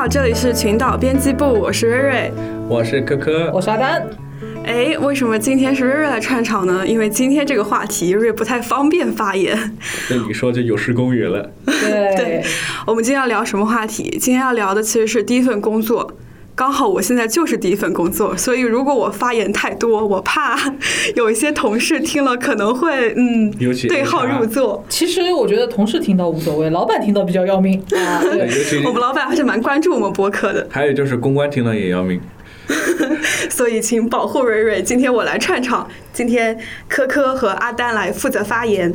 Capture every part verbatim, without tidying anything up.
好，这里是群岛编辑部，我是瑞瑞， 我是科科， 我是阿丹。 哎，为什么今天是瑞瑞来串场呢？因为今天这个话题瑞瑞不太方便发言。 这你说就有失公允了。 对对，我们今天要聊什么话题？今天要聊的其实是第一份工作。刚好我现在就是第一份工作，所以如果我发言太多，我怕有一些同事听了可能会嗯对号入座。 其实我觉得同事听到无所谓，老板听到比较要命啊。对， 我们老板还是蛮关注我们播客的。 还有就是公关听到也要命。 所以请保护瑞瑞，今天我来串场，今天科科和阿丹来负责发言。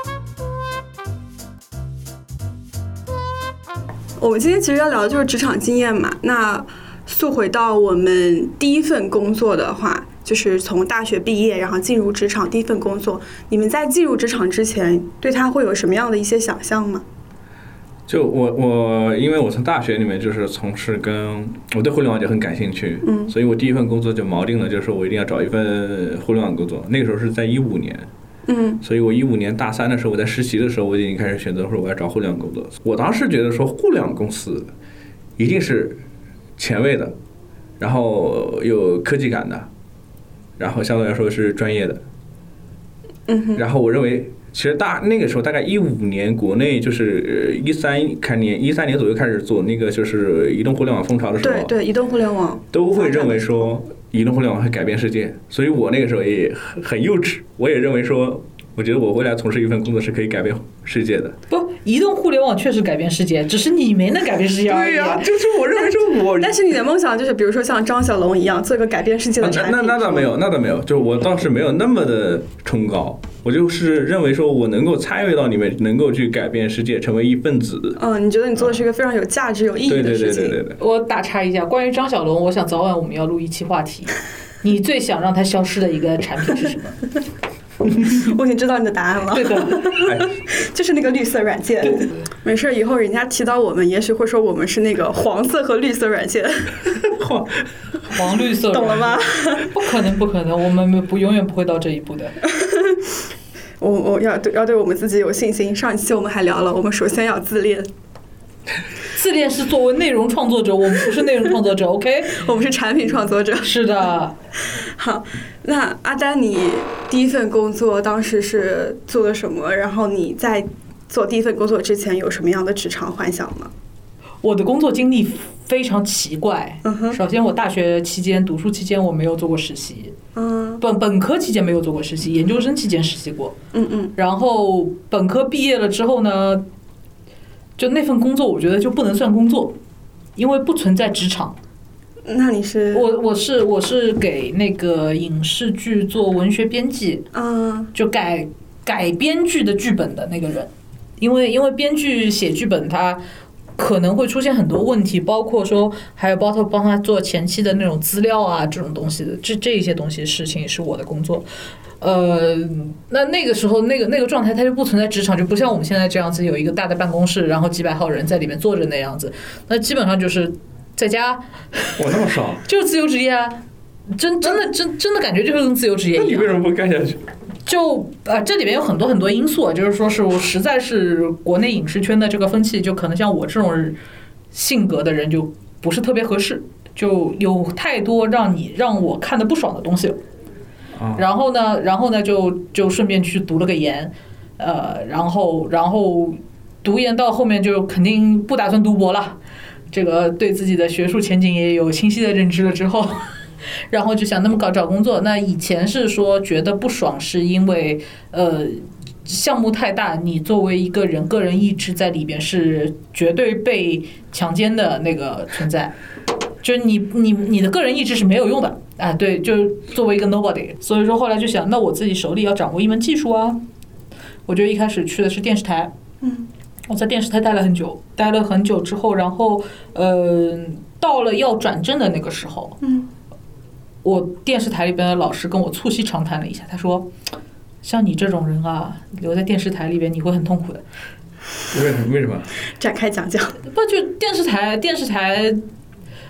我们今天其实要聊的就是职场经验嘛，那溯回到我们第一份工作的话，就是从大学毕业然后进入职场第一份工作，你们在进入职场之前对它会有什么样的一些想象吗？ 就我我因为我从大学里面就是从事跟我对互联网就很感兴趣，嗯，所以我第一份工作就锚定了，就是我一定要找一份互联网工作。那个时候是在一五年，嗯，所以我一五年大三的时候，我在实习的时候，我已经开始选择说我要找互联网工作。我当时觉得说互联网公司一定是前卫的，然后有科技感的，然后相对来说是专业的，嗯哼，然后我认为。其实大那个时候大概一五年，国内就是一三开年一三年左右开始做那个就是移动互联网风潮的时候， 对对，移动互联网都会认为说移动互联网会改变世界，所以我那个时候也很很幼稚，我也认为说，我觉得我未来从事一份工作是可以改变世界的。 不，移动互联网确实改变世界，只是你没能改变世界而已。 对呀、啊，就是我认为说我。 但是你的梦想就是，比如说像张小龙一样，做一个改变世界的产品。 啊、那那倒没有，那倒没有，就我倒是没有那么的崇高。我就是认为说我能够参与到里面，能够去改变世界，成为一份子。 嗯，你觉得你做的是一个非常有价值、有意义的事情。 对对对对对。 我打岔一下，关于张小龙，我想早晚我们要录一期话题。你最想让他消失的一个产品是什么？ 我已经知道你的答案了。 对的， 就是那个绿色软件。没事，以后人家提到我们，也许会说我们是那个黄色和绿色软件。 黄黄绿色， 懂了吗？ 不可能，不可能，我们不永远不会到这一步的。 我我要对要对我们自己有信心。上一期我们还聊了，我们首先要自恋。 自恋是作为内容创作者，我们不是内容创作者 ，OK？ 我们是产品创作者。 是的。 好，那阿丹，你第一份工作当时是做了什么？然后你在做第一份工作之前有什么样的职场幻想吗？ 我的工作经历非常奇怪。嗯、首先，我大学期间读书期间我没有做过实习。嗯。本本科期间没有做过实习，研究生期间实习过。嗯嗯。然后本科毕业了之后呢？就那份工作，我觉得就不能算工作，因为不存在职场。 那你是我我是我是给那个影视剧做文学编辑，嗯，就改改编剧的剧本的那个人，因为因为编剧写剧本他可能会出现很多问题，包括说还有包括帮他做前期的那种资料啊这种东西的，这这一些东西事情是我的工作。呃，那那个时候那个那个状态，它就不存在职场，就不像我们现在这样子有一个大的办公室，然后几百号人在里面坐着那样子。那基本上就是在家， 哇，那么少， 就是自由职业啊，真真的真真的感觉就是跟自由职业一样。 那你为什么不干下去？ 就呃，这里面有很多很多因素，就是说是我实在是国内影视圈的这个风气，就可能像我这种性格的人就不是特别合适，就有太多让你让我看得不爽的东西了。然后呢，然后呢，就就顺便去读了个研，呃，然后然后读研到后面就肯定不打算读博了，这个对自己的学术前景也有清晰的认知了之后，然后就想那么搞找工作。那以前是说觉得不爽，是因为呃项目太大，你作为一个人个人意志在里边是绝对被强奸的那个存在。就是你你你的个人意志是没有用的啊，对，就是作为一个 nobody， 所以说后来就想，那我自己手里要掌握一门技术啊，我就一开始去的是电视台，嗯，我在电视台待了很久，待了很久之后，然后呃，到了要转正的那个时候，嗯，我电视台里边的老师跟我促膝长谈了一下，他说，像你这种人啊，留在电视台里边你会很痛苦的。 为什么？为什么？ 展开讲讲。 不，就电视台，电视台。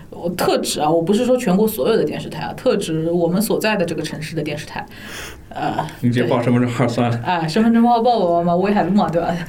我特指啊，我不是说全国所有的电视台啊，特指我们所在的这个城市的电视台。呃， 你直接报身份证号算了。 啊，身份证号报报嘛，威海路嘛，对吧？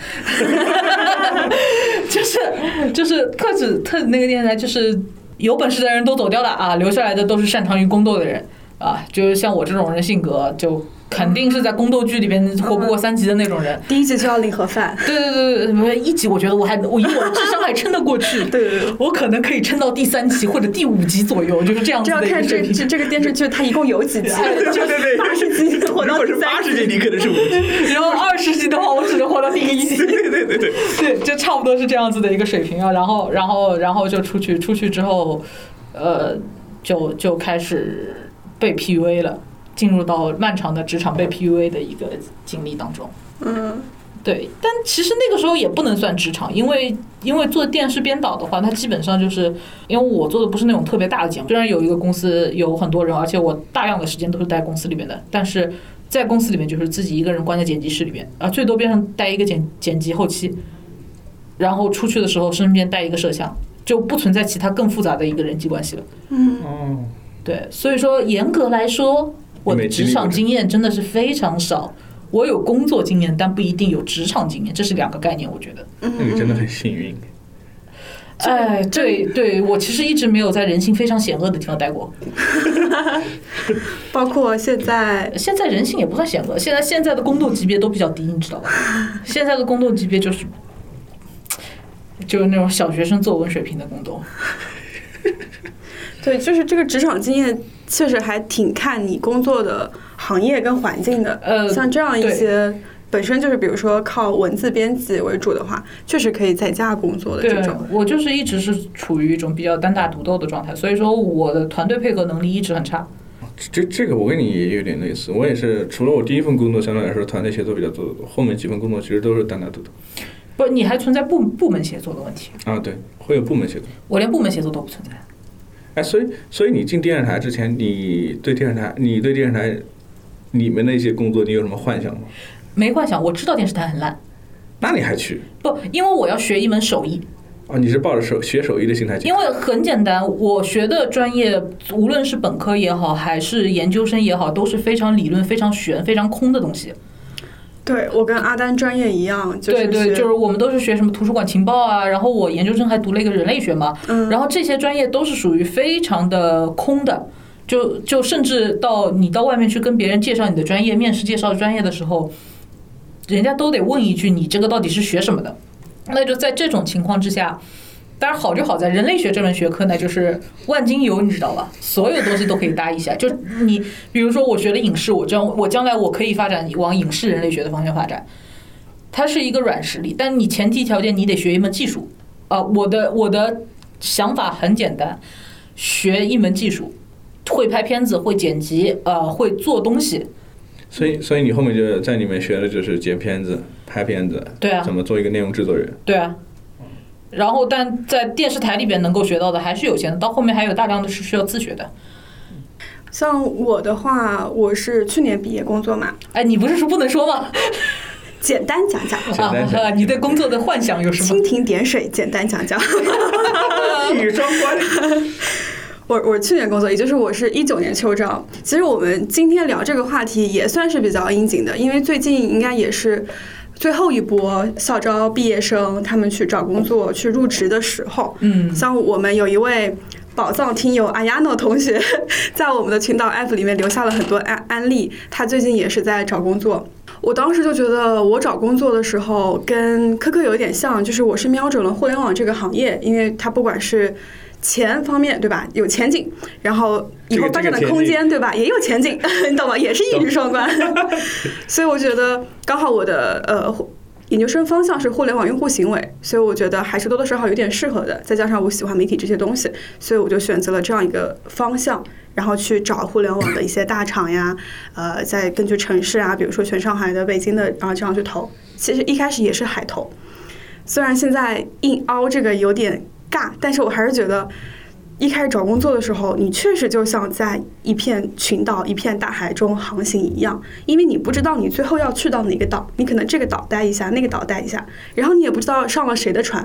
就是就是特指特指那个电视台，就是有本事的人都走掉了啊，留下来的都是擅长于宫斗的人啊，就是像我这种人性格就。肯定是在宫斗剧里边活不过三集的那种人。 第一集就要领盒饭。 对对对对，一集我觉得我还我以我的智商还撑得过去。 对对对， 我可能可以撑到第三集或者第五集左右，就是这样子的一个水平。 这要看这这个电视剧它一共有几集？ 对对对， 八十集活到第三集。 八十集你可能是五集， 然后二十集的话我只能活到第一集。 对对对对对， 对，就差不多是这样子的一个水平啊。然后然后然后就出去出去之后，呃，就就开始被 P U A 了。进入到漫长的职场被 P U A 的一个经历当中， 嗯， 对，但其实那个时候也不能算职场，因为因为做电视编导的话，它基本上就是因为我做的不是那种特别大的节目，虽然有一个公司有很多人，而且我大量的时间都是在公司里面的，但是在公司里面就是自己一个人关在剪辑室里面啊，最多边上带一个剪剪辑后期，然后出去的时候身边带一个摄像，就不存在其他更复杂的一个人际关系了。 嗯， 哦， 对，所以说严格来说。我的职场经验真的是非常少，我有工作经验，但不一定有职场经验，这是两个概念，我觉得。 那个真的很幸运。 哎，对对，我其实一直没有在人性非常险恶的地方待过。 包括现在， 现在人性也不算险恶，现在现在的宫斗级别都比较低，你知道吧？现在的宫斗级别就是，就是那种小学生作文水平的宫斗。 对，就是这个职场经验确实还挺看你工作的行业跟环境的。 呃， 像这样一些本身就是比如说靠文字编辑为主的话，确实可以在家工作的这种。 我就是一直是处于一种比较单打独斗的状态，所以说我的团队配合能力一直很差。 这这个我跟你也有点类似，我也是除了我第一份工作相对来说团队协作比较做得多，后面几份工作其实都是单打独斗。 不，你还存在部部门协作的问题啊？对，会有部门协作。 我连部门协作都不存在。 哎，所以所以你进电视台之前，你对电视台，你对电视台里面的一些工作，你有什么幻想吗？ 没幻想，我知道电视台很烂。 那你还去？ 不，因为我要学一门手艺。 哦，你是抱着手学手艺的心态去？ 因为很简单，我学的专业，无论是本科也好，还是研究生也好，都是非常理论、非常玄、非常空的东西。 对，我跟阿丹专业一样，就是对对，就是我们都是学什么图书馆情报啊，然后我研究生还读了一个人类学嘛， 嗯， 然后这些专业都是属于非常的空的，就就甚至到你到外面去跟别人介绍你的专业，面试介绍专业的时候，人家都得问一句你这个到底是学什么的。那就在这种情况之下，当然好就好在人类学这门学科呢，就是万金油，你知道吧？所有东西都可以搭一下。就你比如说我学了影视，我将我将来我可以发展往影视人类学的方向发展，它是一个软实力，但你前提条件你得学一门技术啊、呃。我的我的想法很简单，学一门技术，会拍片子，会剪辑，呃，会做东西。 所以，所以你后面就在里面学的就是剪片子、拍片子， 对啊， 怎么做一个内容制作人， 对啊。然后，但在电视台里边能够学到的还是有限的，到后面还有大量的是需要自学的。 像我的话，我是去年毕业工作嘛。 哎，你不是说不能说吗？ 简单讲讲啊，你对工作的幻想有什么？ 蜻蜓点水，简单讲讲。 一语双关。 我我去年工作，也就是我是一九年秋招。其实我们今天聊这个话题也算是比较应景的，因为最近应该也是最后一波校招毕业生他们去找工作去入职的时候。 嗯， 像我们有一位宝藏听友阿亚诺同学，在我们的群岛 App 里面留下了很多案案例，他最近也是在找工作。我当时就觉得我找工作的时候跟科科有一点像，就是我是瞄准了互联网这个行业，因为它不管是钱方面对吧，有前景，然后以后发展的空间对吧，也有前景，你懂吗？也是一语双关。所以我觉得刚好我的呃研究生方向是互联网用户行为，所以我觉得还是多多少少有点适合的，再加上我喜欢媒体这些东西，所以我就选择了这样一个方向，然后去找互联网的一些大厂呀，呃，再根据城市啊，比如说全上海的、北京的，然后这样去投。其实一开始也是海投，虽然现在硬凹这个有点尬，但是我还是觉得一开始找工作的时候，你确实就像在一片群岛、一片大海中航行一样，因为你不知道你最后要去到哪个岛，你可能这个岛待一下，那个岛待一下，然后你也不知道上了谁的船，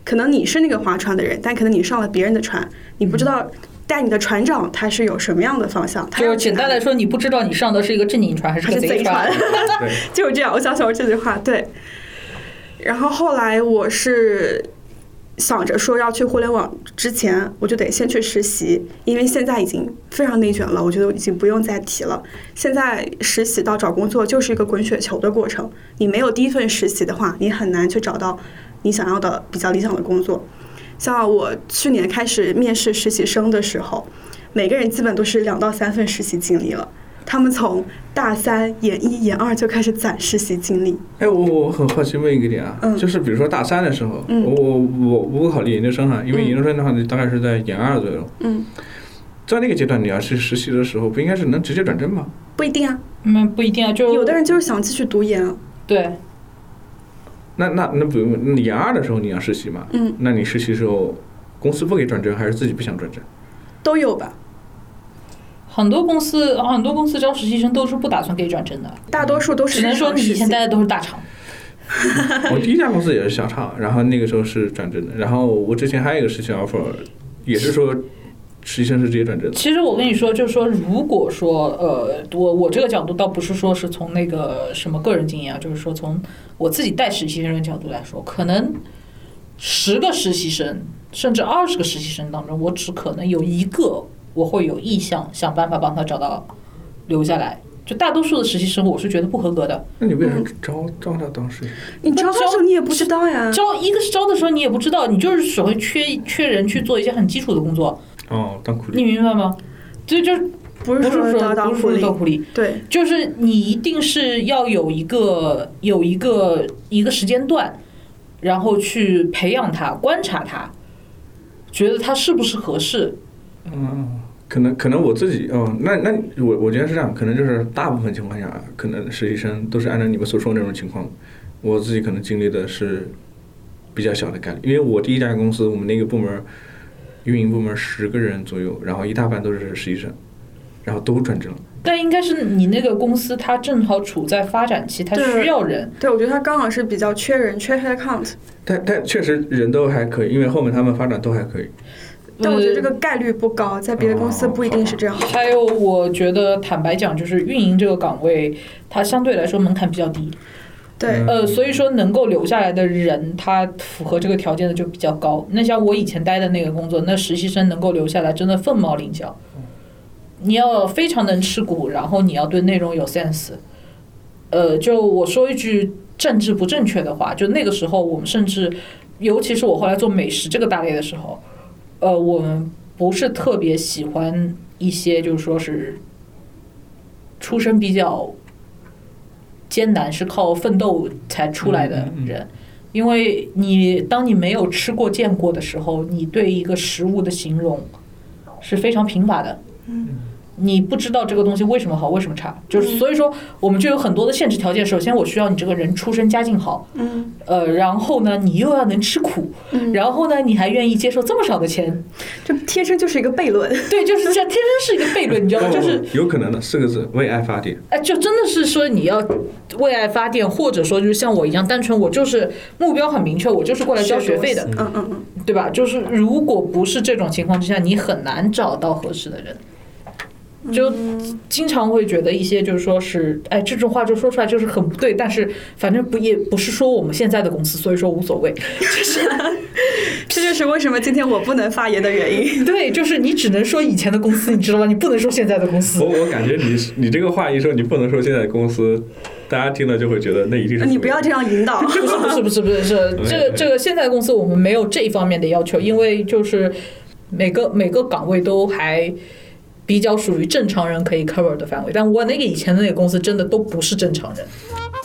可能你是那个划船的人，但可能你上了别人的船，你不知道带你的船长他是有什么样的方向。他就简单来说，你不知道你上的是一个正经船还是个贼船。 就是这样，我想起来这句话。对。然后后来我是想着说要去互联网之前，我就得先去实习，因为现在已经非常内卷了，我觉得已经不用再提了。现在实习到找工作就是一个滚雪球的过程，你没有第一份实习的话，你很难去找到你想要的比较理想的工作。像我去年开始面试实习生的时候，每个人基本都是两到三份实习经历了。他们从大三、研一、研二就开始攒实习经历。 哎，我我很好奇问一个点啊，嗯、就是比如说大三的时候，嗯、我我我不考虑研究生哈、啊，因为研究生的话，你大概是在研二左右。嗯，在那个阶段，你要去实习的时候，不应该是能直接转正吗？ 不一定啊， 嗯，不一定啊，就有的人就是想继续读研啊。 对。 那那那比如研二的时候你要实习嘛？嗯，那你实习的时候，公司不给转正，还是自己不想转正？ 都有吧。 很多公司，很多公司招实习生都是不打算给转正的， 大多数都是。 只能说你以前待的都是大厂。 我第一家公司也是小厂，然后那个时候是转正的。然后我之前还有一个实习 offer， 也是说实习生是直接转正的。 其实我跟你说，就是说，如果说呃，我我这个角度倒不是说是从那个什么个人经验啊，就是说从我自己带实习生的角度来说，可能十个实习生甚至二十个实习生当中，我只可能有一个。我会有意向想办法帮他找到留下来，就大多数的实习生我是觉得不合格的。 那你为什么招招他当实习生？ 你招的时候你也不知道呀。 招一个是招的时候你也不知道，你就是只会缺缺人去做一些很基础的工作。 哦，当苦力。 你明白吗？这就不是说当不是说当苦力， 对， 就是你一定是要有一个有一个一个时间段，然后去培养他，观察他，觉得他是不是合适。 嗯。可能可能我自己哦，那那我我觉得是这样，可能就是大部分情况下，可能实习生都是按照你们所说的那种情况。我自己可能经历的是比较小的概率，因为我第一家公司，我们那个部门运营部门十个人左右，然后一大半都是实习生，然后都转正了。 但应该是你那个公司，它正好处在发展期，它需要人。 对，我觉得它刚好是比较缺人，缺 headcount。 但但确实人都还可以，因为后面他们发展都还可以。 但我觉得这个概率不高，在别的公司不一定是这样。 还有，我觉得坦白讲，就是运营这个岗位，它相对来说门槛比较低。 对。 呃，所以说能够留下来的人，他符合这个条件的就比较高。那像我以前待的那个工作，那实习生能够留下来，真的凤毛麟角。你要非常能吃苦，然后你要对内容有 sense。呃，就我说一句政治不正确的话，就那个时候我们甚至，尤其是我后来做美食这个大类的时候。呃，我们不是特别喜欢一些，就是说是出身比较艰难，是靠奋斗才出来的人，因为你当你没有吃过见过的时候，你对一个食物的形容是非常贫乏的。你不知道这个东西为什么好，为什么差，就是所以说我们就有很多的限制条件。首先，我需要你这个人出身家境好，嗯，呃，然后呢，你又要能吃苦，嗯，然后呢，你还愿意接受这么少的钱， 就天生就是一个悖论。 对，就是这天生是一个悖论，你知道吗？就是有可能的四个字：为爱发电。 哎，就真的是说你要为爱发电，或者说就是像我一样单纯，我就是目标很明确，我就是过来交学费的， 嗯嗯嗯， 对吧？就是如果不是这种情况之下，你很难找到合适的人。就经常会觉得一些就是说是，哎，这种话就说出来就是很不对，但是反正不也不是说我们现在的公司，所以说无所谓。就是这就是为什么今天我不能发言的原因。 对，就是你只能说以前的公司，你知道吗？你不能说现在的公司。 我我感觉你你这个话一说，你不能说现在的公司，大家听了就会觉得那一定是。 你不要这样引导。 不是不是不是不是是这个这个现在的公司我们没有这一方面的要求，因为就是每个每个岗位都还。比较属于正常人可以 cover 的范围，但我那个以前的那个公司真的都不是正常人。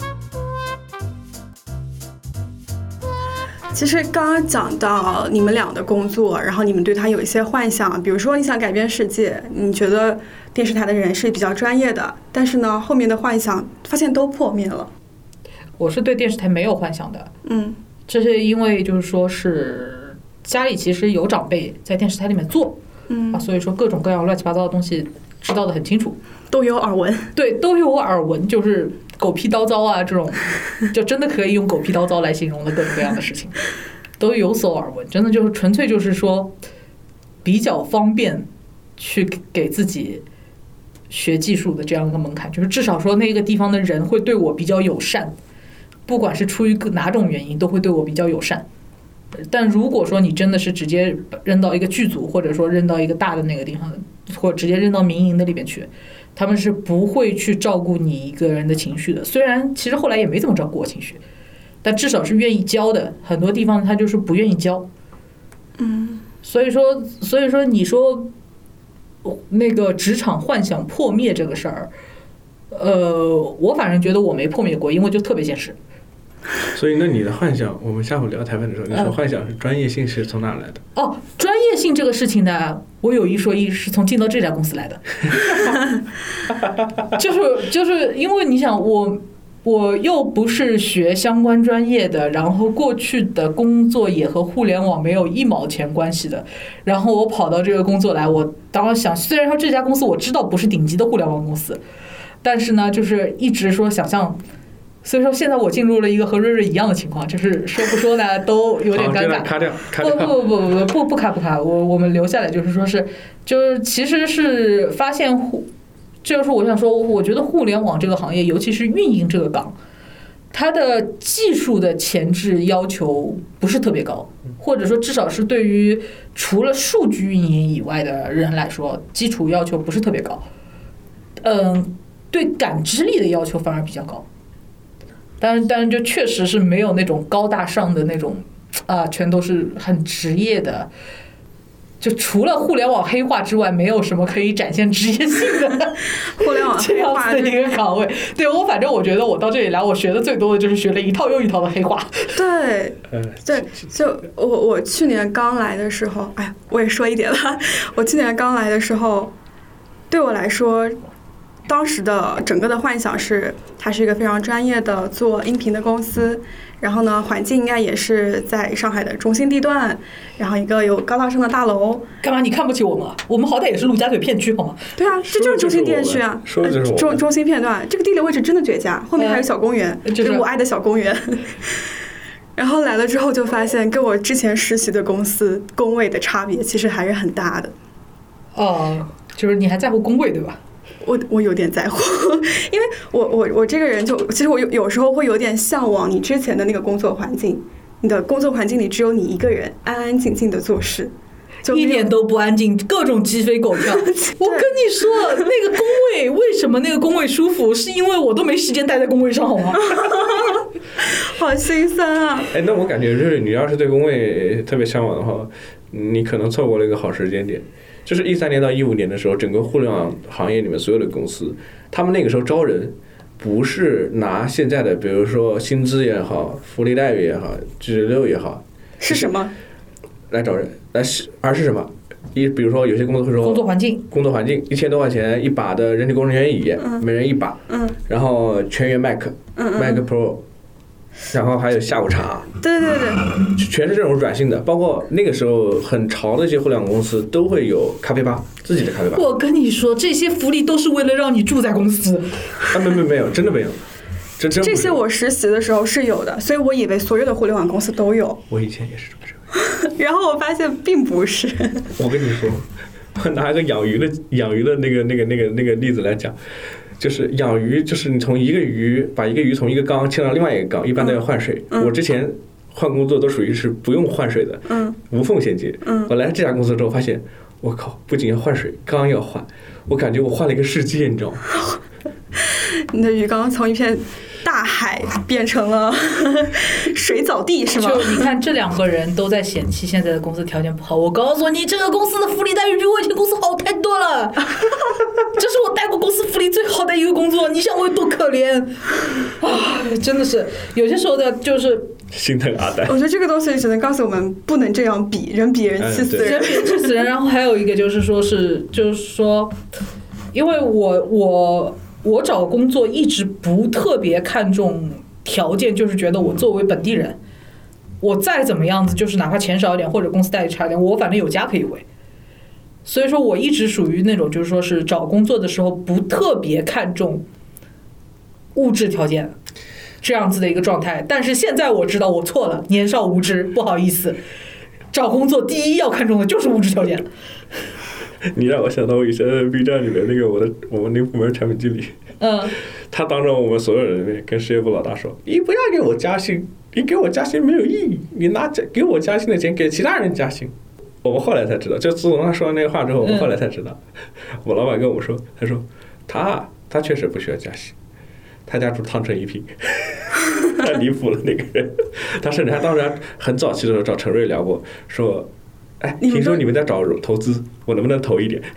其实刚刚讲到你们俩的工作，然后你们对他有一些幻想，比如说你想改变世界，你觉得电视台的人是比较专业的，但是呢，后面的幻想发现都破灭了。 我是对电视台没有幻想的， 嗯， 这是因为就是说是家里其实有长辈在电视台里面做。嗯啊，所以说各种各样乱七八糟的东西知道的很清楚， 都有耳闻。 对，都有耳闻，就是狗屁叨叨啊，这种就真的可以用狗屁叨叨来形容的各种各样的事情。 都有所耳闻，真的就是纯粹就是说比较方便去给自己学技术的这样一个门槛，就是至少说那个地方的人会对我比较友善，不管是出于哪种原因都会对我比较友善。但如果说你真的是直接扔到一个剧组，或者说扔到一个大的那个地方，或者直接扔到民营的里边去，他们是不会去照顾你一个人的情绪的。虽然其实后来也没怎么照顾我情绪，但至少是愿意教的。很多地方他就是不愿意教。 嗯， 所以说，所以说你说那个职场幻想破灭这个事儿，呃，我反正觉得我没破灭过，因为就特别现实。 所以，那你的幻想，我们下午聊台湾的时候，你说幻想是专业性是从哪来的？ 哦，专业性这个事情呢，我有一说一，是从进到这家公司来的。就是就是因为你想，我我又不是学相关专业的，然后过去的工作也和互联网没有一毛钱关系的，然后我跑到这个工作来，我当时想，虽然说这家公司我知道不是顶级的互联网公司，但是呢，就是一直说想象。所以说，现在我进入了一个和瑞瑞一样的情况，就是说不说呢都有点尴尬。 卡掉，卡掉。 不不不不不不卡不卡，我我们留下来就是说是，就是其实是发现互，就是我想说，我觉得互联网这个行业，尤其是运营这个岗，它的技术的前置要求不是特别高，或者说至少是对于除了数据运营以外的人来说，基础要求不是特别高。嗯，对感知力的要求反而比较高。但是，但是就确实是没有那种高大上的那种，啊、呃，全都是很职业的。就除了互联网黑化之外，没有什么可以展现职业性的互联网黑化的一个岗位。对我，反正我觉得我到这里来，我学的最多的就是学了一套又一套的黑化。 对，对，就我我去年刚来的时候，哎，我也说一点了。我去年刚来的时候，对我来说。当时的整个的幻想是，它是一个非常专业的做音频的公司，然后呢，环境应该也是在上海的中心地段，然后一个有高大上的大楼。 干嘛？你看不起我们？我们好歹也是陆家嘴片区，好吗？ 对啊，这就是中心店区啊， 说的就是我中中心片段，这个地理位置真的绝佳，后面还有小公园， 呃、就是我爱的小公园。然后来了之后就发现，跟我之前实习的公司工位的差别其实还是很大的。 哦，就是你还在乎工位对吧？ 我我有点在乎，因为我我我这个人就其实我有有时候会有点向往你之前的那个工作环境，你的工作环境里只有你一个人安安静静的做事，就一点都不安静，各种鸡飞狗跳。我跟你说，那个工位为什么那个工位舒服，是因为我都没时间待在工位上，好吗？ 好心酸啊！ 哎，那我感觉就是你要是对工位特别向往的话，你可能错过了一个好时间点。就是一三年到一五年的时候，整个互联网行业里面所有的公司，他们那个时候招人，不是拿现在的，比如说薪资也好、福利待遇也好、指六也好， 是什么来找人？来是而是什么？一比如说有些公司会说工作环境， 工作环境一千多块钱一把的人体工程学椅， 嗯、 每人一把， 嗯，然后全员 Mac， 嗯 Mac Pro。然后还有下午茶， 对对对， 全是这种软性的，包括那个时候很潮的一些互联网公司都会有咖啡吧，自己的咖啡吧。 我跟你说，这些福利都是为了让你住在公司。 啊，没没没有，真的没有，这真这些我实习的时候是有的，所以我以为所有的互联网公司都有。 我以前也是这么认为。然后我发现并不是。 我跟你说，我拿一个养鱼的养鱼的那个那个那个那个例子来讲。就是养鱼，就是你从一个鱼把一个鱼从一个缸迁到另外一个缸，一般都要换水。 嗯、 我之前换工作都属于是不用换水的， 嗯， 无缝衔接。 嗯， 我来这家公司之后发现，我靠，不仅要换水，缸要换，我感觉我换了一个世界，你知道吗？ 你的鱼缸从一片大海变成了水藻地是吗？ 就你看这两个人都在嫌弃现在的公司条件不好，我告诉你，这个公司的福利待遇比我以前公司好太多了。这是我待过公司福利最好的一个工作，你想我有多可怜啊！真的是有些时候的就是心疼阿呆。 我觉得这个东西只能告诉我们不能这样比，人比人气死人， 人比人气死人。然后还有一个就是说是就是说，因为我我。我找工作一直不特别看重条件，就是觉得我作为本地人，我再怎么样子，就是哪怕钱少一点或者公司待遇差一点，我反正有家可以回。所以说我一直属于那种就是说是找工作的时候不特别看重物质条件。 这样子的一个状态。但是现在我知道我错了，年少无知，不好意思。找工作第一要看重的就是物质条件。 你让我想到我以前 B 站里面那个我的我们那个部门产品经理， 嗯， 他当着我们所有人面跟事业部老大说：“你不要给我加薪，你给我加薪没有意义，你拿给我加薪的钱给其他人加薪。”我们后来才知道，就自从他说完那个话之后，我们后来才知道，嗯、我老板跟我们说，他说他他确实不需要加薪，他家住汤臣一品，太离谱了那个人。他甚至还当时很早期的时候找陈瑞聊过，说。哎，听说你们在找投资，我能不能投一点？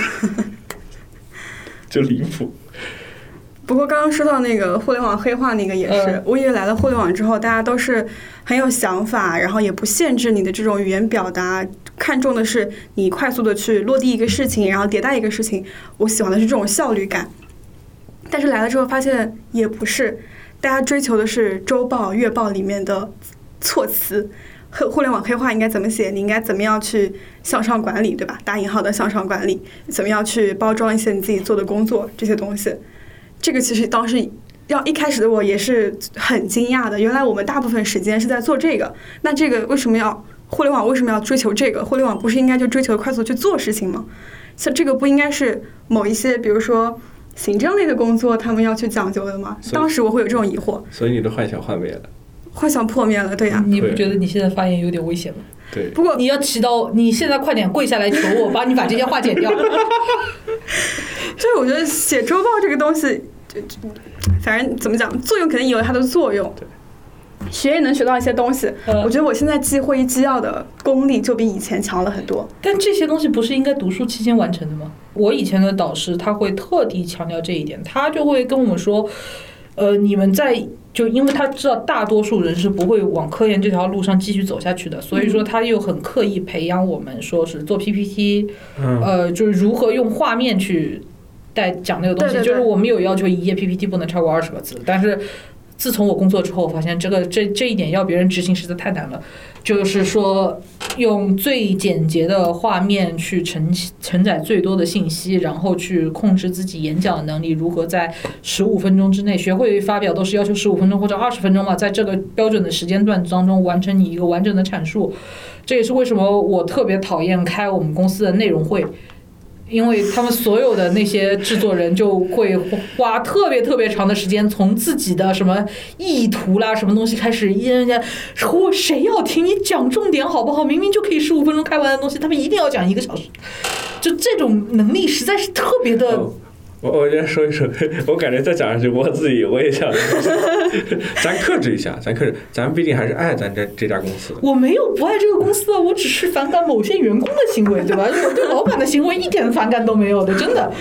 就离谱。 不过刚刚说到那个互联网黑化，那个也是，我以为来了互联网之后，大家都是很有想法，然后也不限制你的这种语言表达，看重的是你快速的去落地一个事情，然后迭代一个事情。我喜欢的是这种效率感。但是来了之后发现也不是，大家追求的是周报、月报里面的措辞。互联网黑化应该怎么写？你应该怎么样去向上管理，对吧？打引号的向上管理，怎么样去包装一些你自己做的工作这些东西？这个其实当时要一开始的我也是很惊讶的，原来我们大部分时间是在做这个。那这个为什么要互联网为什么要追求这个？互联网不是应该就追求快速去做事情吗？像这个不应该是某一些比如说行政类的工作他们要去讲究的吗？当时我会有这种疑惑。 所以你的幻想幻灭了。 幻想破灭了，对呀、啊。 你不觉得你现在发言有点危险吗？ 对。 不过你要祈祷，你现在快点跪下来求我，把你把这些话剪掉。 就是我觉得写周报这个东西，反正怎么讲，作用肯定有它的作用。 对。 学也能学到一些东西。嗯、我觉得我现在记会议纪要的功力就比以前强了很多。 但这些东西不是应该读书期间完成的吗？我以前的导师他会特地强调这一点，他就会跟我们说，呃，你们在。就因为他知道大多数人是不会往科研这条路上继续走下去的，所以说他又很刻意培养我们，说是做 P P T， 呃，就是如何用画面去带讲那个东西。就是我们有要求一页 P P T 不能超过二十个字，但是自从我工作之后，我发现这个这这一点要别人执行实在太难了。就是说，用最简洁的画面去承承载最多的信息，然后去控制自己演讲的能力，如何在十五分钟之内，学会发表都是要求十五分钟或者二十分钟嘛，在这个标准的时间段当中完成你一个完整的阐述。这也是为什么我特别讨厌开我们公司的内容会。因为他们所有的那些制作人就会花特别特别长的时间，从自己的什么意图啦、什么东西开始，人家说谁要听你讲重点好不好？明明就可以十五分钟开完的东西，他们一定要讲一个小时，就这种能力实在是特别的。 哦我我先说一说，我感觉再讲下去，我自己我也想，咱克制一下，咱克制，咱毕竟还是爱咱这这家公司的。 我没有不爱这个公司啊，我只是反感某些员工的行为，对吧？我对老板的行为一点反感都没有的，真的。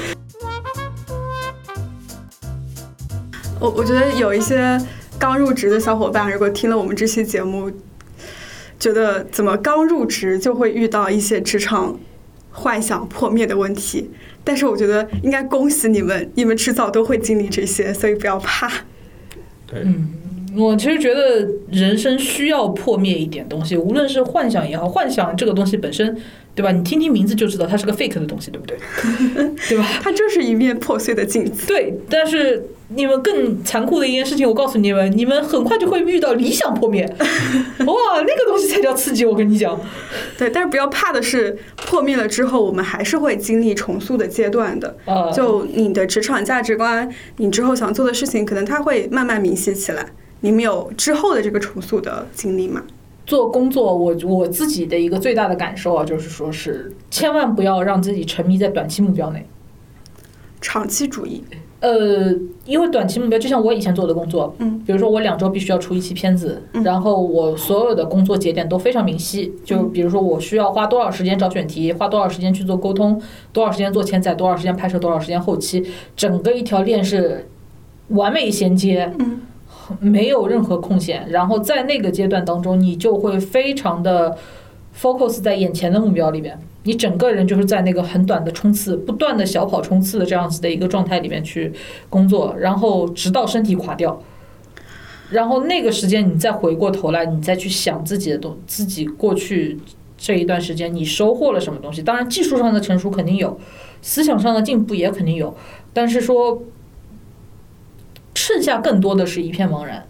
我我觉得有一些刚入职的小伙伴，如果听了我们这期节目，觉得怎么刚入职就会遇到一些职场幻想破灭的问题。但是我觉得应该恭喜你们，你们迟早都会经历这些，所以不要怕。 对， 嗯，我其实觉得人生需要破灭一点东西，无论是幻想也好，幻想这个东西本身，对吧？你听听名字就知道它是个 fake 的东西，对不对？对吧？ 它就是一面破碎的镜子。 对，但是你们更残酷的一件事情，我告诉你们，你们很快就会遇到理想破灭。哇，那个东西才叫刺激，我跟你讲。 对，但是不要怕的是，破灭了之后，我们还是会经历重塑的阶段的。 呃、 就你的职场价值观，你之后想做的事情，可能它会慢慢明晰起来。你们有之后的这个重塑的经历吗？ 做工作，我我自己的一个最大的感受啊，就是说是千万不要让自己沉迷在短期目标内， 长期主义。 呃，因为短期目标就像我以前做的工作， 嗯， 比如说我两周必须要出一期片子， 嗯、 然后我所有的工作节点都非常明晰，就比如说我需要花多少时间找选题，花多少时间去做沟通，多少时间做前载，多少时间拍摄，多少时间后期，整个一条链是完美衔接， 嗯， 没有任何空闲。然后在那个阶段当中，你就会非常的 focus 在眼前的目标里面。你整个人就是在那个很短的冲刺，不断的小跑冲刺的这样子的一个状态里面去工作，然后直到身体垮掉，然后那个时间你再回过头来，你再去想自己的东，自己过去这一段时间你收获了什么东西。当然技术上的成熟肯定有，思想上的进步也肯定有，但是说剩下更多的是一片茫然。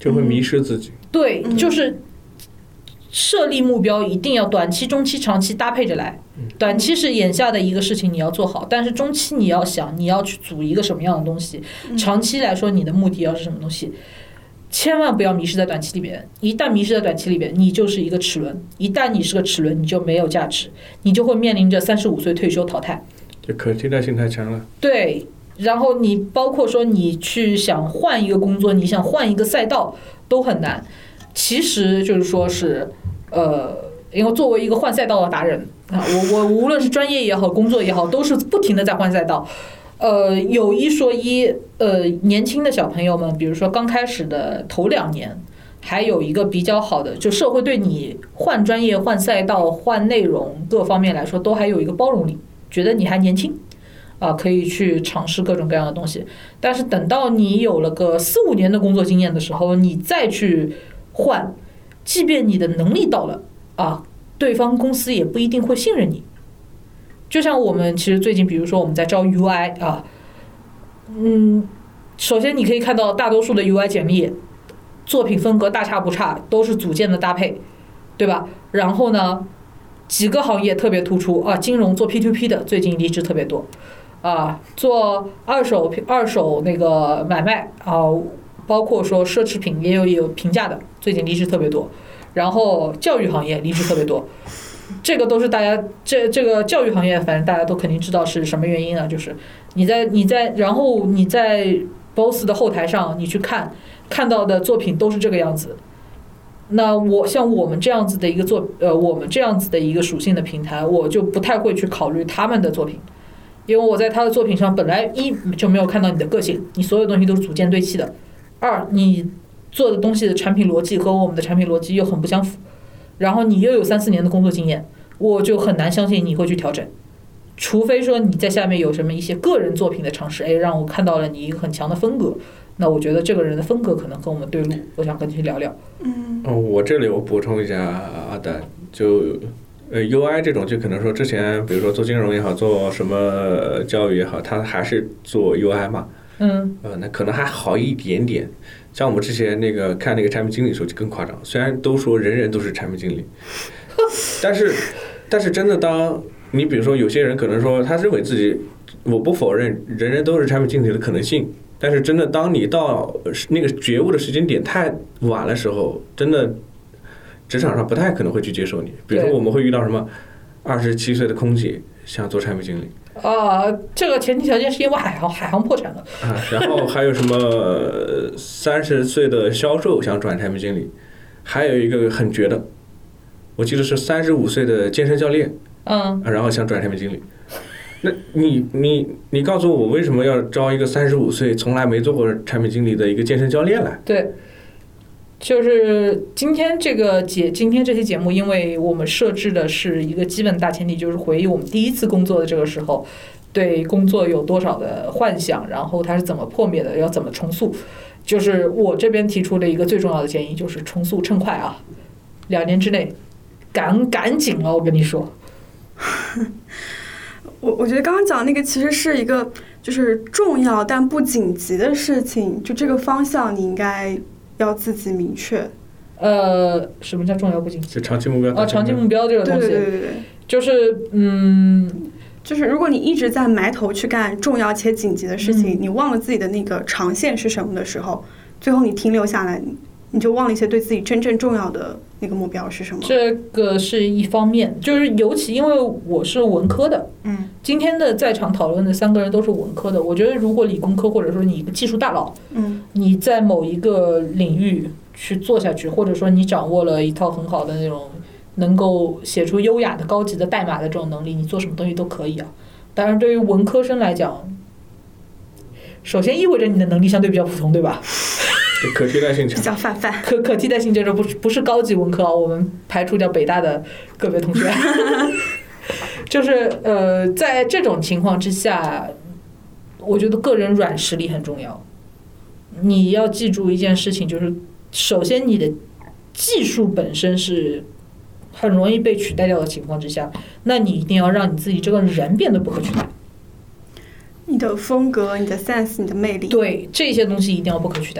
就会迷失自己。 对，就是设立目标一定要短期、中期、长期搭配着来。短期是眼下的一个事情你要做好，但是中期你要想你要去组一个什么样的东西，长期来说你的目的要是什么东西。千万不要迷失在短期里边，一旦迷失在短期里边，你就是一个齿轮。一旦你是个齿轮，你就没有价值，你就会面临着三十五岁退休淘汰。 就可替代性太强了。 对，然后你包括说你去想换一个工作，你想换一个赛道都很难。其实就是说是，呃，因为作为一个换赛道的达人啊，我我无论是专业也好，工作也好，都是不停的在换赛道。呃，有一说一，呃，年轻的小朋友们，比如说刚开始的头两年，还有一个比较好的，就社会对你换专业、换赛道、换内容各方面来说，都还有一个包容力，觉得你还年轻，啊，可以去尝试各种各样的东西。但是等到你有了个四五年的工作经验的时候，你再去换，即便你的能力到了，啊，对方公司也不一定会信任你。就像我们其实最近，比如说我们在招 U I 啊，嗯，首先你可以看到大多数的 U I 简历，作品风格大差不差，都是组件的搭配，对吧？然后呢，几个行业特别突出啊，金融做 P to P 的最近离职特别多，啊，做二手二手那个买卖啊，包括说奢侈品也有也有平价的，最近离职特别多，然后教育行业离职特别多。这个都是大家这这个教育行业，反正大家都肯定知道是什么原因啊，就是你在你在然后你在 B O S S 的后台上，你去看看到的作品都是这个样子。那我像我们这样子的一个作呃我们这样子的一个属性的平台，我就不太会去考虑他们的作品，因为我在他的作品上本来一就没有看到你的个性，你所有东西都是组件对齐的；二你做的东西的产品逻辑和我们的产品逻辑又很不相符。然后你又有三四年的工作经验，我就很难相信你会去调整，除非说你在下面有什么一些个人作品的尝试，哎，让我看到了你一个很强的风格，那我觉得这个人的风格可能跟我们对路，我想跟你去聊聊。 嗯， 哦，我这里我补充一下阿丹，就呃 U I 这种，就可能说之前比如说做金融也好，做什么教育也好，他还是做 U I 嘛， 嗯， 呃，那可能还好一点点。像我们之前那个看那个产品经理的时候就更夸张，虽然都说人人都是产品经理，但是但是真的当你比如说有些人可能说他认为自己，我不否认人人都是产品经理的可能性，但是真的当你到那个觉悟的时间点太晚的时候，真的职场上不太可能会去接受你。比如说我们会遇到什么二十七岁的空姐想做产品经理。 啊，这个前提条件是因为海航海航破产了啊，然后还有什么三十岁的销售想转产品经理，还有一个很绝的，我记得是三十五岁的健身教练， 嗯， 然后想转产品经理。那你你你告诉我为什么要招一个三十五岁从来没做过产品经理的一个健身教练来？ 对。就是今天这个节，今天这期节目，因为我们设置的是一个基本大前提，就是回忆我们第一次工作的这个时候，对工作有多少的幻想，然后它是怎么破灭的，要怎么重塑。就是我这边提出的一个最重要的建议，就是重塑趁快啊，两年之内，赶赶紧了，我跟你说。 我我觉得刚刚讲那个其实是一个就是重要但不紧急的事情，就这个方向你应该要自己明确。 呃，什么叫重要不紧急？ 就长期目标。 哦，长期目标这个东西， 对对对对， 就是嗯， 就是如果你一直在埋头去干重要且紧急的事情， 嗯、 你忘了自己的那个长线是什么的时候，最后你停留下来，你就忘了一些对自己真正重要的那个目标是什么。 这个是一方面，就是尤其因为我是文科的， 嗯， 今天的在场讨论的三个人都是文科的，我觉得如果理工科或者说你一个技术大佬， 嗯， 你在某一个领域去做下去，或者说你掌握了一套很好的那种能够写出优雅的高级的代码的这种能力，你做什么东西都可以啊。当然对于文科生来讲，首先意味着你的能力相对比较普通，对吧？ 可替代性强， 比较泛泛。 可可替代性就是不是不是高级文科啊，我们排除掉北大的个别同学。就是呃，在这种情况之下，我觉得个人软实力很重要。你要记住一件事情，就是首先你的技术本身是很容易被取代掉的情况之下，那你一定要让你自己这个人变得不可取代。 你的风格、你的 sense、你的魅力， 对，这些东西一定要不可取代。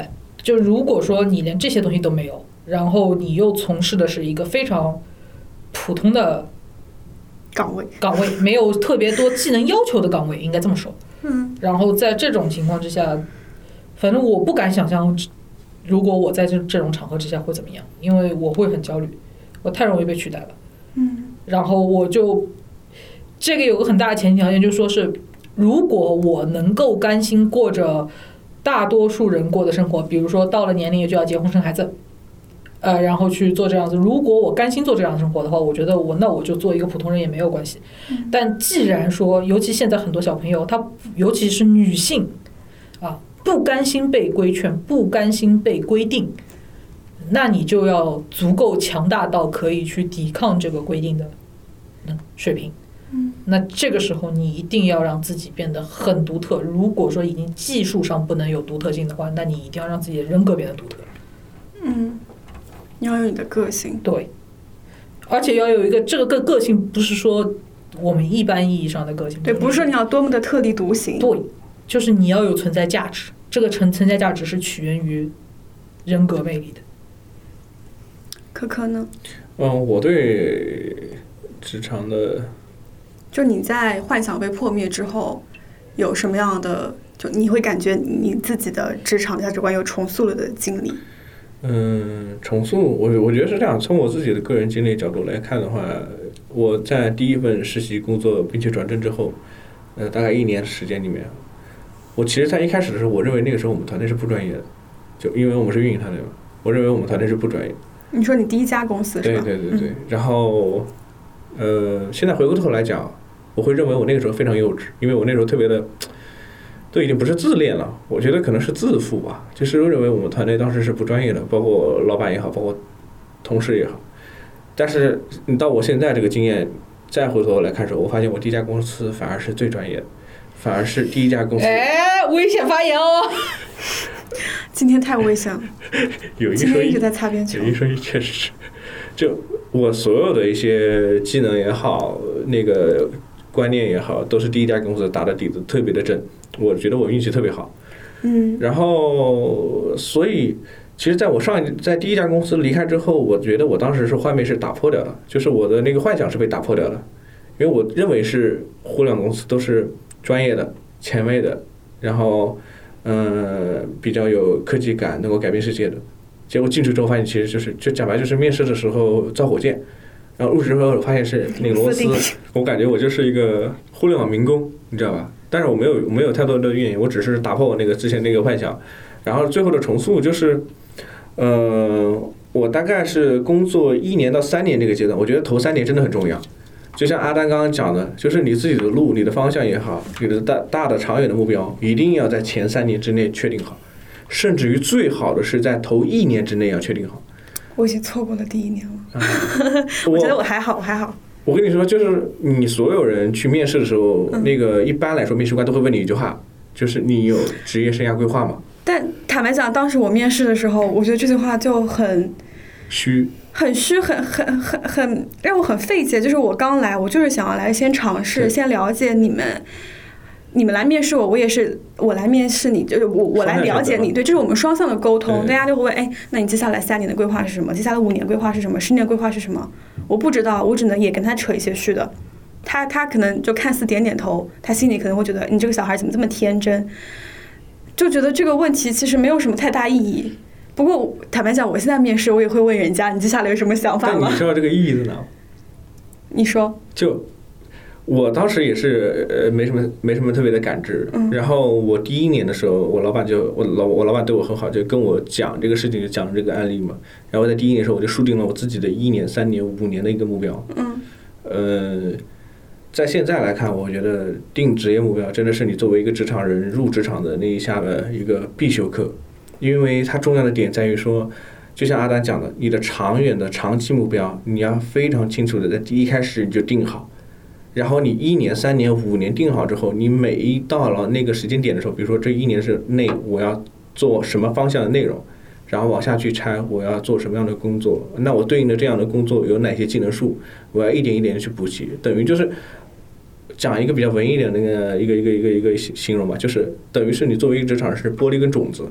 就如果说你连这些东西都没有，然后你又从事的是一个非常普通的岗位， 岗位没有特别多技能要求的岗位，应该这么说。 嗯， 然后在这种情况之下，反正我不敢想象，如果我在这这种场合之下会怎么样，因为我会很焦虑，我太容易被取代了。 嗯， 然后我就这个有个很大的前提条件，就是说是如果我能够甘心过着大多数人过的生活，比如说到了年龄就要结婚生孩子，呃，然后去做这样子。如果我甘心做这样的生活的话，我觉得我那我就做一个普通人也没有关系。但既然说，尤其现在很多小朋友，他尤其是女性啊，不甘心被规劝，不甘心被规定，那你就要足够强大到可以去抵抗这个规定的水平。那这个时候你一定要让自己变得很独特。如果说已经技术上不能有独特性的话，那你一定要让自己的人格变得独特。 嗯，你要有你的个性。 对，而且要有一个这个个个性，不是说我们一般意义上的个性。 对，不是说你要多么的特立独行。 对，就是你要有存在价值。这个存存在价值是起源于人格魅力的。 可可呢？ 嗯，我对职场的。 就你在幻想被破灭之后，有什么样的就你会感觉你自己的职场价值观有重塑了的经历？ 嗯，重塑我我觉得是这样。从我自己的个人经历角度来看的话，我在第一份实习工作并且转正之后，呃，大概一年时间里面，我其实在一开始的时候，我认为那个时候我们团队是不专业的，就因为我们是运营团队嘛，我认为我们团队是不专业。 你说你第一家公司是吧？ 对对对对，嗯、然后呃，现在回过头来讲。我会认为我那个时候非常幼稚，因为我那时候特别的，都已经不是自恋了，我觉得可能是自负吧。就是我认为我们团队当时是不专业的，包括老板也好，包括同事也好。但是你到我现在这个经验再回头来看的时候，我发现我第一家公司反而是最专业的，反而是第一家公司。 哎，危险发言哦！ 今天太危险了。 有一说一， 今天一直在擦边球。 有一说一，确实是。就我所有的一些技能也好，那个。观念也好，都是第一家公司打的底子特别的正，我觉得我运气特别好。 嗯， 然后所以其实在我上一在第一家公司离开之后，我觉得我当时是幻灭是打破掉了，就是我的那个幻想是被打破掉了，因为我认为是互联网公司都是专业的、前卫的，然后嗯、呃、比较有科技感，能够改变世界的。结果进去之后发现，其实就是就讲白就是面试的时候造火箭。然后入职之后发现是那个螺丝，我感觉我就是一个互联网民工，你知道吧？但是我没有没有太多的怨言，我只是打破我那个之前那个幻想。然后最后的重塑就是，呃，我大概是工作一年到三年这个阶段，我觉得头三年真的很重要。就像阿丹刚刚讲的，就是你自己的路、你的方向也好，你的大大的长远的目标，一定要在前三年之内确定好，甚至于最好的是在头一年之内要确定好。 我已经错过了第一年了， 啊、 我觉得我还好，我还好。 我跟你说，就是你所有人去面试的时候， 嗯、 那个一般来说面试官都会问你一句话，就是你有职业生涯规划吗？ 但坦白讲，当时我面试的时候，我觉得这句话就很虚， 很虚，很很很很让我很费解。就是我刚来，我就是想要来先尝试，先了解你们。你们来面试我，我也是我来面试你，就是我我来了解你，对，这是我们双向的沟通。大家就会问，哎，那你接下来三年的规划是什么？接下来五年规划是什么？十年规划是什么？我不知道，我只能也跟他扯一些虚的。他他可能就看似点点头，他心里可能会觉得你这个小孩怎么这么天真，就觉得这个问题其实没有什么太大意义。不过坦白讲，我现在面试我也会问人家，你接下来有什么想法吗？ 但你知道这个意义在哪？ 你说。 就。我当时也是呃没什么没什么特别的感知， 嗯、 然后我第一年的时候，我老板就我老我老板对我很好，就跟我讲这个事情，就讲这个案例嘛。然后在第一年的时候，我就树定了我自己的一年、三年、五年的一个目标。 嗯。 呃，在现在来看，我觉得定职业目标真的是你作为一个职场人入职场的那一下的一个必修课，因为它重要的点在于说，就像阿丹讲的，你的长远的长期目标，你要非常清楚的在第一开始你就定好。然后你一年、三年、五年定好之后，你每一到了那个时间点的时候，比如说这一年是内我要做什么方向的内容，然后往下去拆我要做什么样的工作，那我对应的这样的工作有哪些技能树，我要一点一点的去补齐，等于就是讲一个比较文艺一点的那个一个一个一个一个形容吧，就是等于是你作为一个职场是剥了一根种子，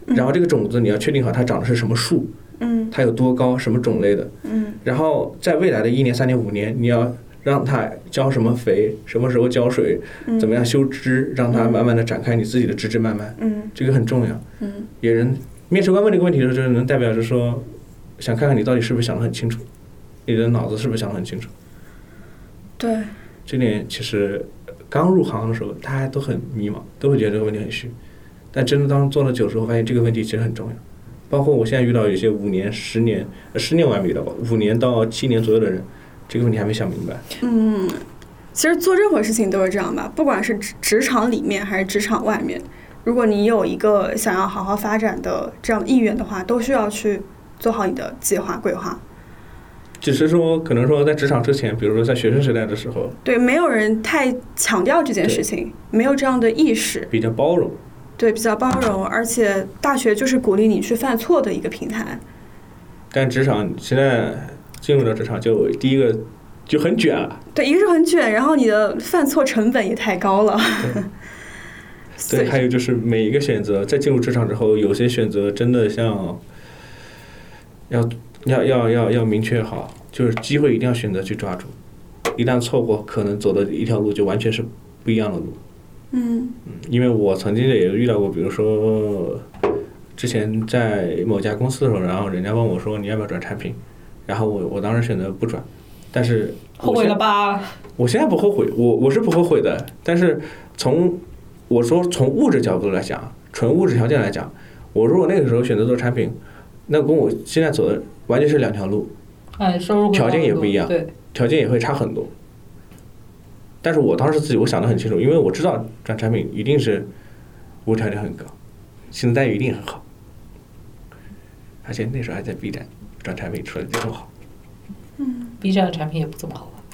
然后这个种子你要确定好它长的是什么树， 嗯， 它有多高，什么种类的， 嗯， 然后在未来的一年、三年、五年，你要让它浇什么肥，什么时候浇水，怎么样修枝，让它慢慢的展开你自己的枝枝蔓蔓， 嗯， 这个很重要。 嗯， 也人面试官问这个问题的时候，就是能代表着说，想看看你到底是不是想得很清楚，你的脑子是不是想得很清楚。 对， 这点其实刚入行的时候，大家都很迷茫，都会觉得这个问题很虚。但真的当做了久之后，发现这个问题其实很重要。包括我现在遇到有些五年、十年、十年我还没遇到过，五年到七年左右的人，这个问题还没想明白。 嗯，其实做任何事情都是这样吧，不管是职职场里面还是职场外面，如果你有一个想要好好发展的这样意愿的话，都需要去做好你的计划规划。 只是说，可能说在职场之前，比如说在学生时代的时候， 对，没有人太强调这件事情，没有这样的意识， 比较包容。 对，比较包容，而且大学就是鼓励你去犯错的一个平台。 但职场现在进入到职场，就第一个就很卷了。 对，一个是很卷，然后你的犯错成本也太高了。 对，还有就是每一个选择，在进入职场之后，有些选择真的像要要要要要明确好，就是机会一定要选择去抓住，一旦错过，可能走的一条路就完全是不一样的路。 嗯， 因为我曾经也遇到过，比如说之前在某家公司的时候，然后人家问我说你要不要转产品，然后我我当时选择不转，但是后悔了吧？ 我现在不后悔，我我是不后悔的，但是从我说从物质角度来讲，纯物质条件来讲，我如果那个时候选择做产品，那跟我现在走的完全是两条路， 哎，收入条件也不一样， 对， 条件也会差很多。但是我当时自己我想得很清楚，因为我知道转产品一定是物质条件很高，薪资待遇一定很好，而且那时候还在 B 站转产品出来就这么好。 嗯 ，B 站的产品也不怎么好吧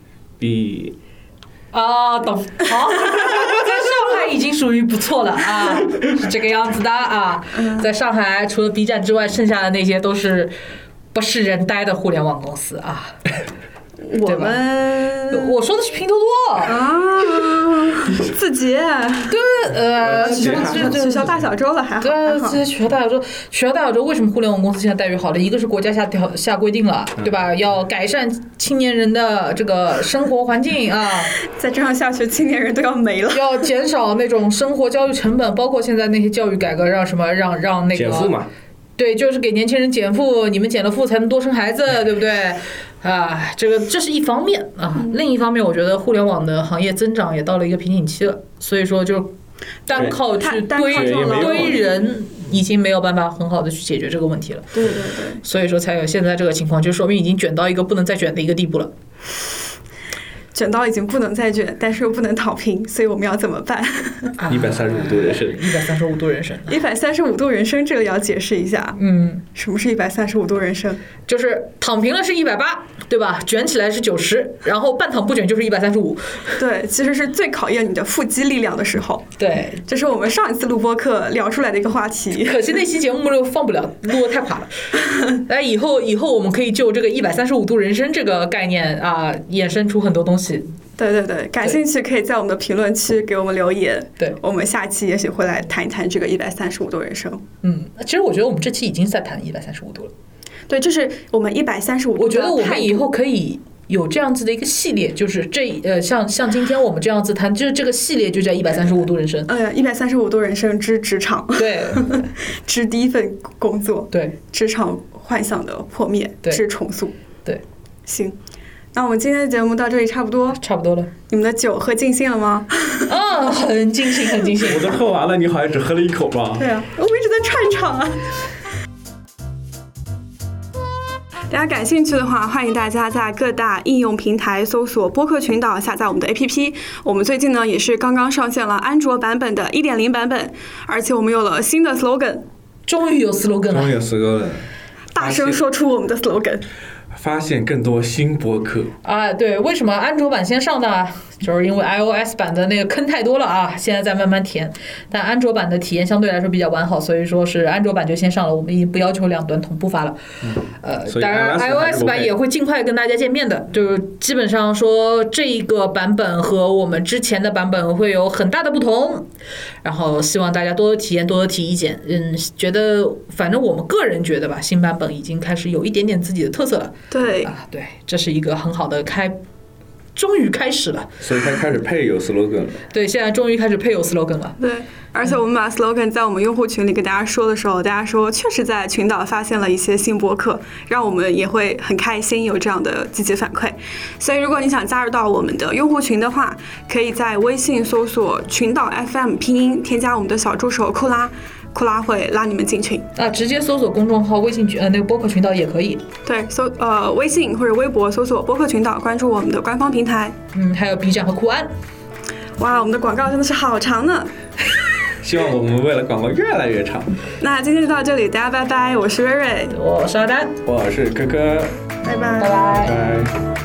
？B 啊，懂，好，在上海已经属于不错了啊，是这个样子的啊，在上海除了 B 站之外，剩下的那些都是不是人待的互联网公司啊。 我们我说的是拼多多啊，字节， 对，呃， 学学校大小周了，还好。 对，这些学校大小周，学校大小周为什么互联网公司现在待遇好了？一个是国家下条下规定了，对吧？要改善青年人的这个生活环境啊。 再这样下去，青年人都要没了。 要减少那种生活教育成本，包括现在那些教育改革，让什么让让那个减负嘛。 对，就是给年轻人减负，你们减了负才能多生孩子，对不对？啊，这个这是一方面啊，嗯、另一方面，我觉得互联网的行业增长也到了一个瓶颈期了，所以说就单靠去堆堆人，已经没有办法很好的去解决这个问题了。 对对对， 所以说才有现在这个情况，就说明已经卷到一个不能再卷的一个地步了。 卷到已经不能再卷，但是又不能躺平，所以我们要怎么办？ 一百三十五度人生， 一百三十五度人生， 一百三十五度人生，这个要解释一下。 嗯， 什么是一百三十五度人生？ 就是躺平了是一百八，对吧？卷起来是九十，然后半躺不卷就是一百三十五。 对，其实是最考验你的腹肌力量的时候。 对， 这是我们上一次录播课聊出来的一个话题。 可惜那期节目放不了，录得太垮了。来，以后以后我们可以就这个一百三十五度人生这个概念啊，衍生出很多东西。 对对对，感兴趣可以在我们的评论区给我们留言。 对， 我们下期也许会来谈一谈这个一百三十五度人生。 嗯，其实我觉得我们这期已经在谈一百三十五度了。 对，就是我们一百三十五度。 我觉得我们以后可以有这样子的一个系列，就是这呃，像像今天我们这样子谈，就是这个系列就叫一百三十五度人生。 呃，一百三十五度人生之职场。 对， 之第一份工作。 对， 职场幻想的破灭之重塑。 对， 行。那我们今天的节目到这里差不多， 差不多了。 你们的酒喝尽兴了吗？ 啊，很尽兴，很尽兴。 我都喝完了，你好像只喝了一口吧？ 对啊，我一直在串场啊。大家感兴趣的话，欢迎大家在各大应用平台搜索播客群岛，下载我们的 A P P。我们最近呢也是刚刚上线了安卓版本的 一点零 版本，而且我们有了新的 slogan。 终于有 slogan 了。 终于有 slogan 了。 大声说出我们的 slogan。 发现更多新播客啊，对，为什么安卓版先上呢？就是因为 iOS 版的那个坑太多了啊，现在在慢慢填。但安卓版的体验相对来说比较完好，所以说是安卓版就先上了，我们已经不要求两端同步发了。嗯、呃，当然 iOS 版也会尽快跟大家见面的，就基本上说这一个版本和我们之前的版本会有很大的不同，然后希望大家多多体验，多多提意见。嗯，觉得反正我们个人觉得吧，新版本已经开始有一点点自己的特色了。 对啊，对，这是一个很好的开。终于开始了， 所以它开始配有 slogan 了。 对，现在终于开始配有 slogan 了。 对，而且我们把 slogan 在我们用户群里跟大家说的时候，大家说确实在群岛发现了一些新播客，让我们也会很开心有这样的积极反馈。所以如果你想加入到我们的用户群的话，可以在微信搜索群岛 F M 拼音，添加我们的小助手库拉。库拉会拉你们进群啊，直接搜索公众号微信群呃那个播客群岛也可以。 对，搜呃微信或者微博搜索播客群岛，关注我们的官方平台。 嗯，还有 B 站和酷安。 哇，我们的广告真的是好长呢。 希望我们未来广告越来越长。 那今天就到这里，大家拜拜。我是瑞瑞， 我是阿丹， 我是科科， 拜拜， 拜拜。 拜拜。